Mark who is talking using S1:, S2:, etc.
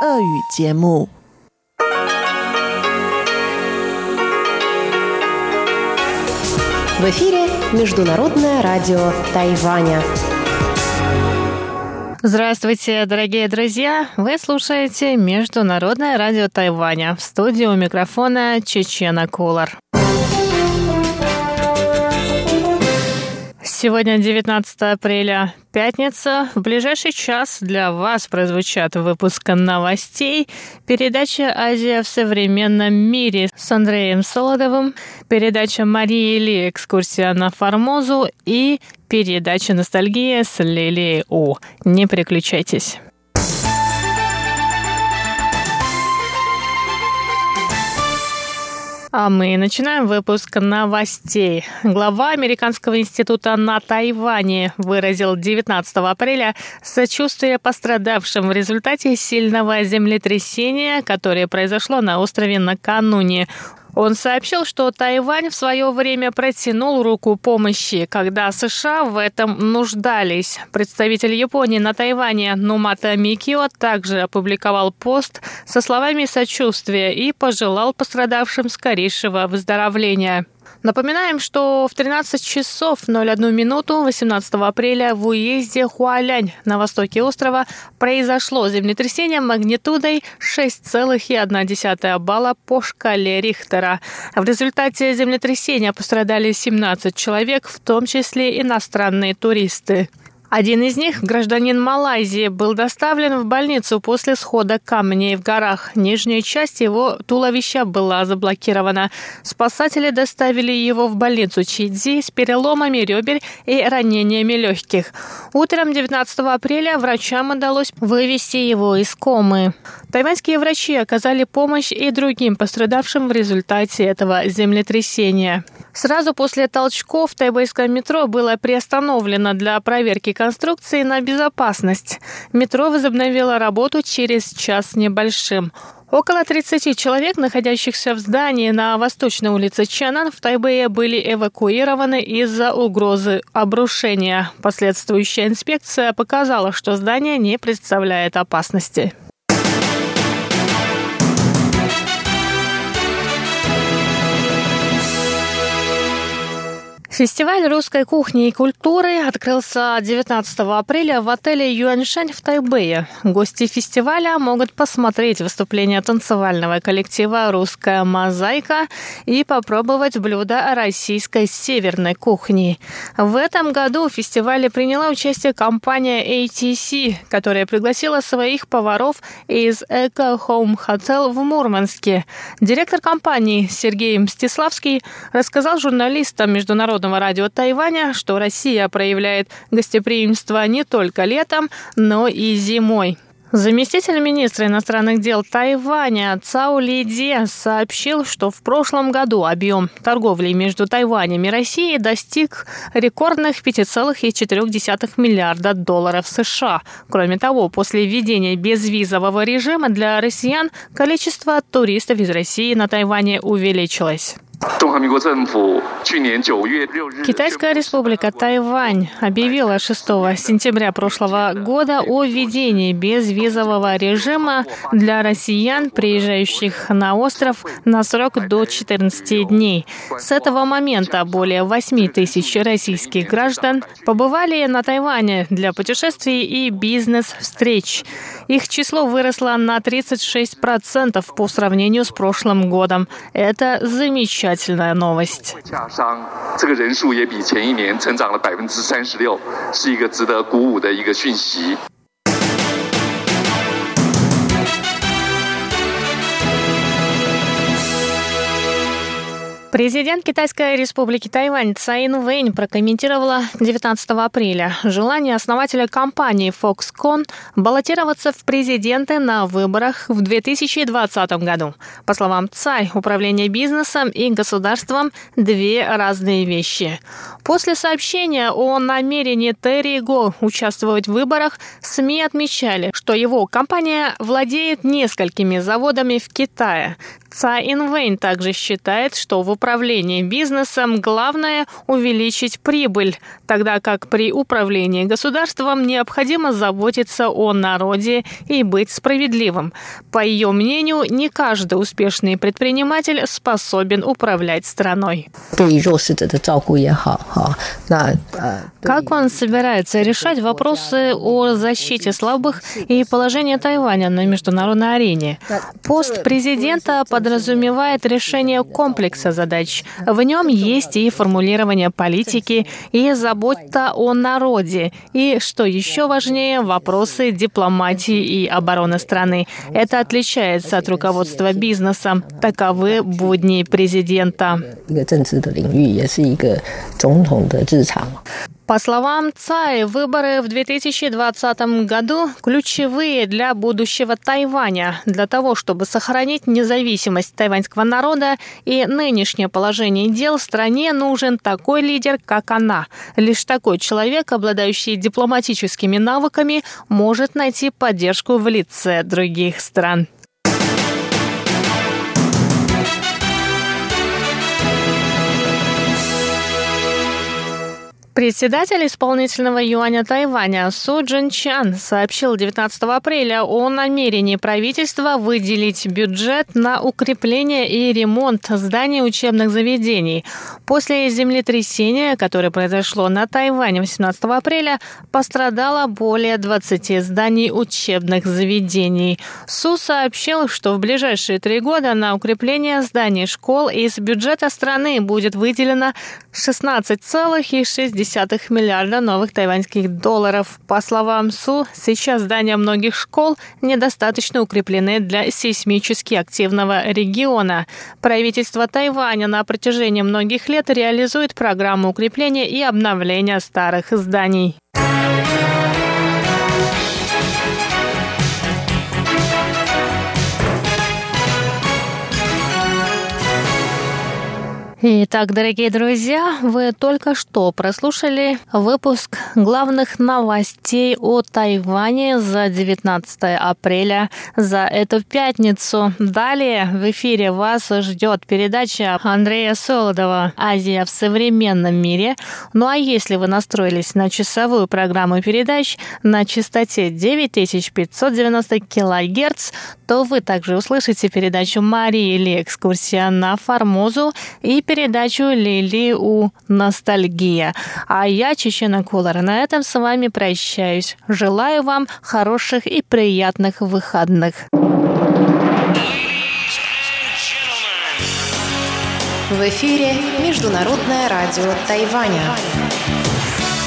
S1: 俄语节目。
S2: В эфире Международное радио Тайваня.
S3: Здравствуйте, дорогие друзья! Вы слушаете Международное радио Тайваня. В студии у микрофона Чечена Кулар. Сегодня 19 апреля, пятница. В ближайший час для вас прозвучат выпуск новостей, передача «Азия в современном мире» с Андреем Солодовым, передача Марии Ли «Экскурсия на Формозу» и передача «Ностальгия» с Лилией У. Не переключайтесь. А мы начинаем выпуск новостей. Глава Американского института на Тайване выразил 19 апреля сочувствие пострадавшим в результате сильного землетрясения, которое произошло на острове накануне. Он сообщил, что Тайвань в свое время протянул руку помощи, когда США в этом нуждались. Представитель Японии на Тайване Нумата Микио также опубликовал пост со словами сочувствия и пожелал пострадавшим скорейшего выздоровления. Напоминаем, что в 13 часов 01 минуту 18 апреля в уезде Хуалянь на востоке острова произошло землетрясение магнитудой 6,1 балла по шкале Рихтера. В результате землетрясения пострадали 17 человек, в том числе иностранные туристы. Один из них, гражданин Малайзии, был доставлен в больницу после схода камней в горах. Нижняя часть его туловища была заблокирована. Спасатели доставили его в больницу Чидзи с переломами ребер и ранениями легких. Утром 19 апреля врачам удалось вывести его из комы. Тайваньские врачи оказали помощь и другим пострадавшим в результате этого землетрясения. Сразу после толчков в тайбэйском метро было приостановлено для проверки конструкции на безопасность. Метро возобновило работу через час с небольшим. Около 30 человек, находящихся в здании на Восточной улице Чанан в Тайбэе, были эвакуированы из-за угрозы обрушения. Последующая инспекция показала, что здание не представляет опасности. Фестиваль русской кухни и культуры открылся 19 апреля в отеле Юаньшань в Тайбэе. Гости фестиваля могут посмотреть выступление танцевального коллектива «Русская мозаика» и попробовать блюда российской северной кухни. В этом году в фестивале приняла участие компания ATC, которая пригласила своих поваров из Eco Home Hotel в Мурманске. Директор компании Сергей Мстиславский рассказал журналистам Международного радио Тайваня, что Россия проявляет гостеприимство не только летом, но и зимой. Заместитель министра иностранных дел Тайваня Цао Лиде сообщил, что в прошлом году объем торговли между Тайванем и Россией достиг рекордных $5,4 миллиарда США. Кроме того, после введения безвизового режима для россиян количество туристов из России на Тайване увеличилось. Китайская республика Тайвань объявила 6 сентября прошлого года о введении безвизового режима для россиян, приезжающих на остров на срок до 14 дней. С этого момента более 8 тысяч российских граждан побывали на Тайване для путешествий и бизнес-встреч. Их число выросло на 36% по сравнению с прошлым годом. Это замечательная новость. Президент Китайской республики Тайвань Цай Инвэнь прокомментировала 19 апреля желание основателя компании Foxconn баллотироваться в президенты на выборах в 2020 году. По словам Цай, управление бизнесом и государством – две разные вещи. После сообщения о намерении Терри Го участвовать в выборах, СМИ отмечали, что его компания владеет несколькими заводами в Китае. Цай Инвэнь также считает, что в управлении бизнесом главное увеличить прибыль, тогда как при управлении государством необходимо заботиться о народе и быть справедливым. По ее мнению, не каждый успешный предприниматель способен управлять страной. Как он собирается решать вопросы о защите слабых и положении Тайваня на международной арене? Пост президента подразумевает решение комплекса задач. В нем есть и формулирование политики, и забота о народе, и, что еще важнее, вопросы дипломатии и обороны страны. Это отличается от руководства бизнесом. Таковы будни президента. По словам Цай, выборы в 2020 году ключевые для будущего Тайваня. Для того, чтобы сохранить независимость тайваньского народа и нынешнее положение дел в стране, нужен такой лидер, как она. Лишь такой человек, обладающий дипломатическими навыками, может найти поддержку в лице других стран. Председатель исполнительного юаня Тайваня Су Джинчан сообщил 19 апреля о намерении правительства выделить бюджет на укрепление и ремонт зданий учебных заведений. После землетрясения, которое произошло на Тайване 18 апреля, пострадало более 20 зданий учебных заведений. Су сообщил, что в ближайшие 3 года на укрепление зданий школ из бюджета страны будет выделено 16,6 миллиарда новых тайваньских долларов. По словам Су, сейчас здания многих школ недостаточно укреплены для сейсмически активного региона. Правительство Тайваня на протяжении многих лет реализует программу укрепления и обновления старых зданий. Итак, дорогие друзья, вы только что прослушали выпуск главных новостей о Тайване за 19 апреля, за эту пятницу. Далее в эфире вас ждет передача Андрея Солодова «Азия в современном мире». Ну а если вы настроились на часовую программу передач на частоте 9590 кГц, то вы также услышите передачу Марии или «Экскурсия на Формозу» и передачу Лили У «Ностальгия». А я, Чечена Кулар, на этом с вами прощаюсь. Желаю вам хороших и приятных выходных.
S2: В эфире Международное радио Тайваня.